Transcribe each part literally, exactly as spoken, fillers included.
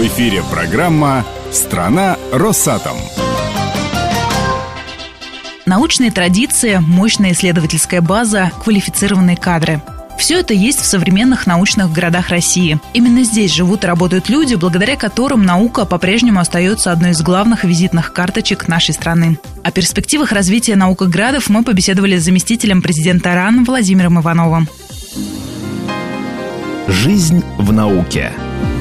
В эфире программа «Страна Росатом». Научные традиции, мощная исследовательская база, квалифицированные кадры. Все это есть в современных научных городах России. Именно здесь живут и работают люди, благодаря которым наука по-прежнему остается одной из главных визитных карточек нашей страны. О перспективах развития наукоградов мы побеседовали с заместителем президента РАН Владимиром Ивановым. Жизнь в науке.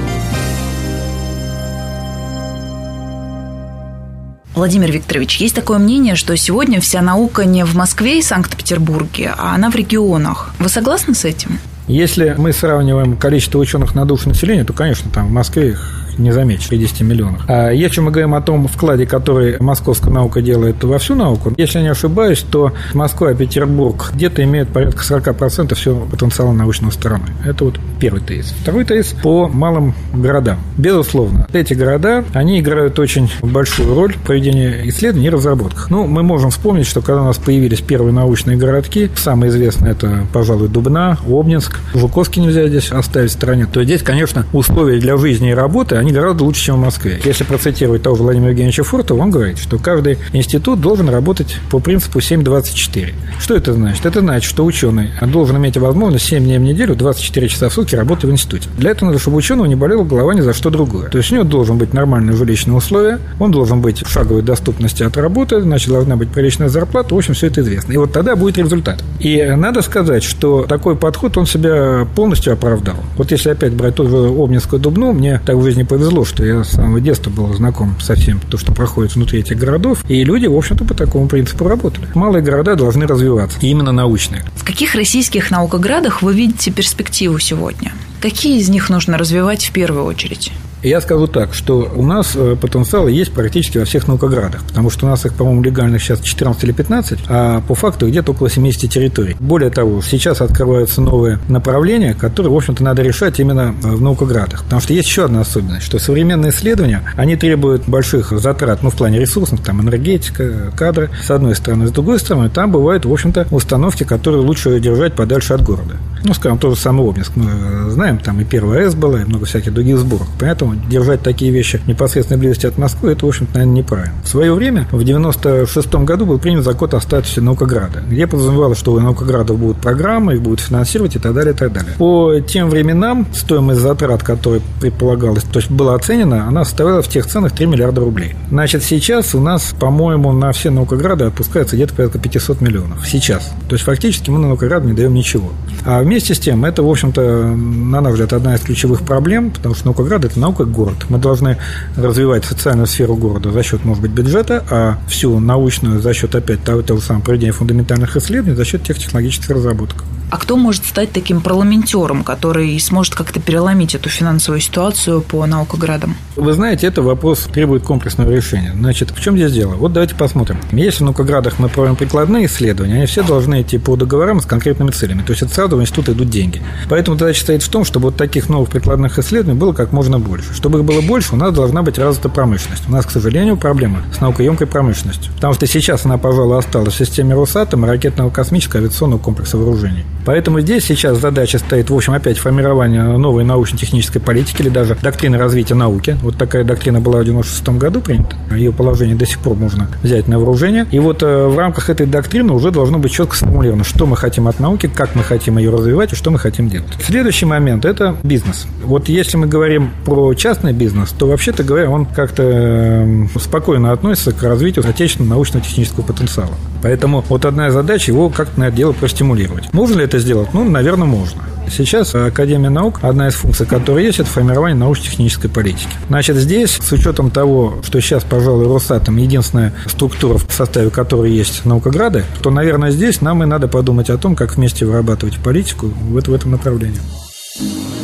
Владимир Викторович, есть такое мнение, что сегодня вся наука не в Москве и Санкт-Петербурге, а она в регионах. Вы согласны с этим? Если мы сравниваем количество ученых на душу населения, то, конечно, там в Москве их не заметишь, пятьдесят миллионов. А если мы говорим о том вкладе, который московская наука делает во всю науку, если я не ошибаюсь, то Москва и Петербург где-то имеют порядка сорок процентов всего потенциала научной стороны. Это вот первый тезис. Второй тезис по малым городам. Безусловно, эти города, они играют очень большую роль в проведении исследований и разработках. Ну, мы можем вспомнить, что когда у нас появились первые научные городки, самые известные это, пожалуй, Дубна, Обнинск, Жуковский нельзя здесь оставить в стороне, то здесь, конечно, условия для жизни и работы, они гораздо лучше, чем в Москве. Если процитировать того же Владимира Евгеньевича Фуртова, он говорит, что каждый институт должен работать по принципу семь двадцать четыре. Что это значит? Это значит, что ученый должен иметь возможность семь дней в неделю, двадцать четыре часа в сутки работать в институте. Для этого надо, чтобы ученого не болела голова ни за что другое. То есть у него должен быть нормальные жилищные условия, он должен быть в шаговой доступности от работы, значит, должна быть приличная зарплата, в общем, все это известно. И вот тогда будет результат. И надо сказать, что такой подход, он себя полностью оправдал. Вот если опять брать ту же Обнинскую Дубну, мне так в жизни повезло, что я с самого детства был знаком со всем то, что проходит внутри этих городов, и люди, в общем-то, по такому принципу работали. Малые города должны развиваться, и именно научные. В каких российских наукоградах вы видите перспективу сегодня? Какие из них нужно развивать в первую очередь? Я скажу так, что у нас потенциал есть практически во всех наукоградах, потому что у нас их, по-моему, легальных сейчас четырнадцать или пятнадцать, а по факту где-то около семьдесят территорий. Более того, сейчас открываются новые направления, которые, в общем-то, надо решать именно в наукоградах. Потому что есть еще одна особенность, что современные исследования, они требуют больших затрат, ну, в плане ресурсов, там, энергетика, кадры, с одной стороны. С другой стороны, там бывают, в общем-то, установки, которые лучше держать подальше от города. Ну, скажем, тот же самый Обнинск. Мы знаем, там и первая АЭС была, и много всяких других сборок. Поэтому держать такие вещи в непосредственной близости от Москвы, это, в общем-то, наверное, неправильно. В свое время, в девяносто шестом году, был принят закон о статусе наукограда, где подразумевалось, что у наукоградов будут программы, их будут финансировать и так далее, и так далее. По тем временам стоимость затрат, которая предполагалась, то есть была оценена, она составляла в тех ценах три миллиарда рублей. Значит, сейчас у нас, по-моему, на все наукограды отпускается где-то порядка пятьсот миллионов. Сейчас. То есть, фактически мы на наукограды не даем ничего. А вместе с тем, это, в общем-то, на наш взгляд, одна из ключевых проблем, потому что наукоград – это наука город. Мы должны развивать социальную сферу города за счет, может быть, бюджета, а всю научную за счет, опять, того, того же самого проведения фундаментальных исследований, за счет тех технологических разработок. А кто может стать таким парламентером, который сможет как-то переломить эту финансовую ситуацию по наукоградам? Вы знаете, это вопрос требует комплексного решения. Значит, в чем здесь дело? Вот давайте посмотрим. Если в наукоградах мы проводим прикладные исследования, они все должны идти по договорам с конкретными целями. То есть это сразу в институт идут деньги. Поэтому задача стоит в том, чтобы вот таких новых прикладных исследований было как можно больше. Чтобы их было больше, у нас должна быть развита промышленность. У нас, к сожалению, проблема с наукоемкой промышленностью. Потому что сейчас она, пожалуй, осталась в системе Росатома, ракетного космического авиационного комплекса вооружений. Поэтому здесь сейчас задача стоит, в общем, опять формирование новой научно-технической политики или даже доктрины развития науки. Вот такая доктрина была в девяносто шестом году принята. Ее положение до сих пор можно взять на вооружение. И вот э, в рамках этой доктрины уже должно быть четко сформулировано, что мы хотим от науки, как мы хотим ее развивать и что мы хотим делать. Следующий момент – это бизнес. Вот если мы говорим про частный бизнес, то, вообще-то говоря, он как-то э, спокойно относится к развитию отечественного научно-технического потенциала. Поэтому вот одна из задач – его как-то на это дело простимулировать. Можно ли это сделать? Ну, наверное, можно. Сейчас Академия наук, одна из функций которой есть, это формирование научно-технической политики. Значит, здесь, с учетом того, что сейчас, пожалуй, Росатом единственная структура, в составе которой есть наукограды, то, наверное, здесь нам и надо подумать о том, как вместе вырабатывать политику в, в этом направлении.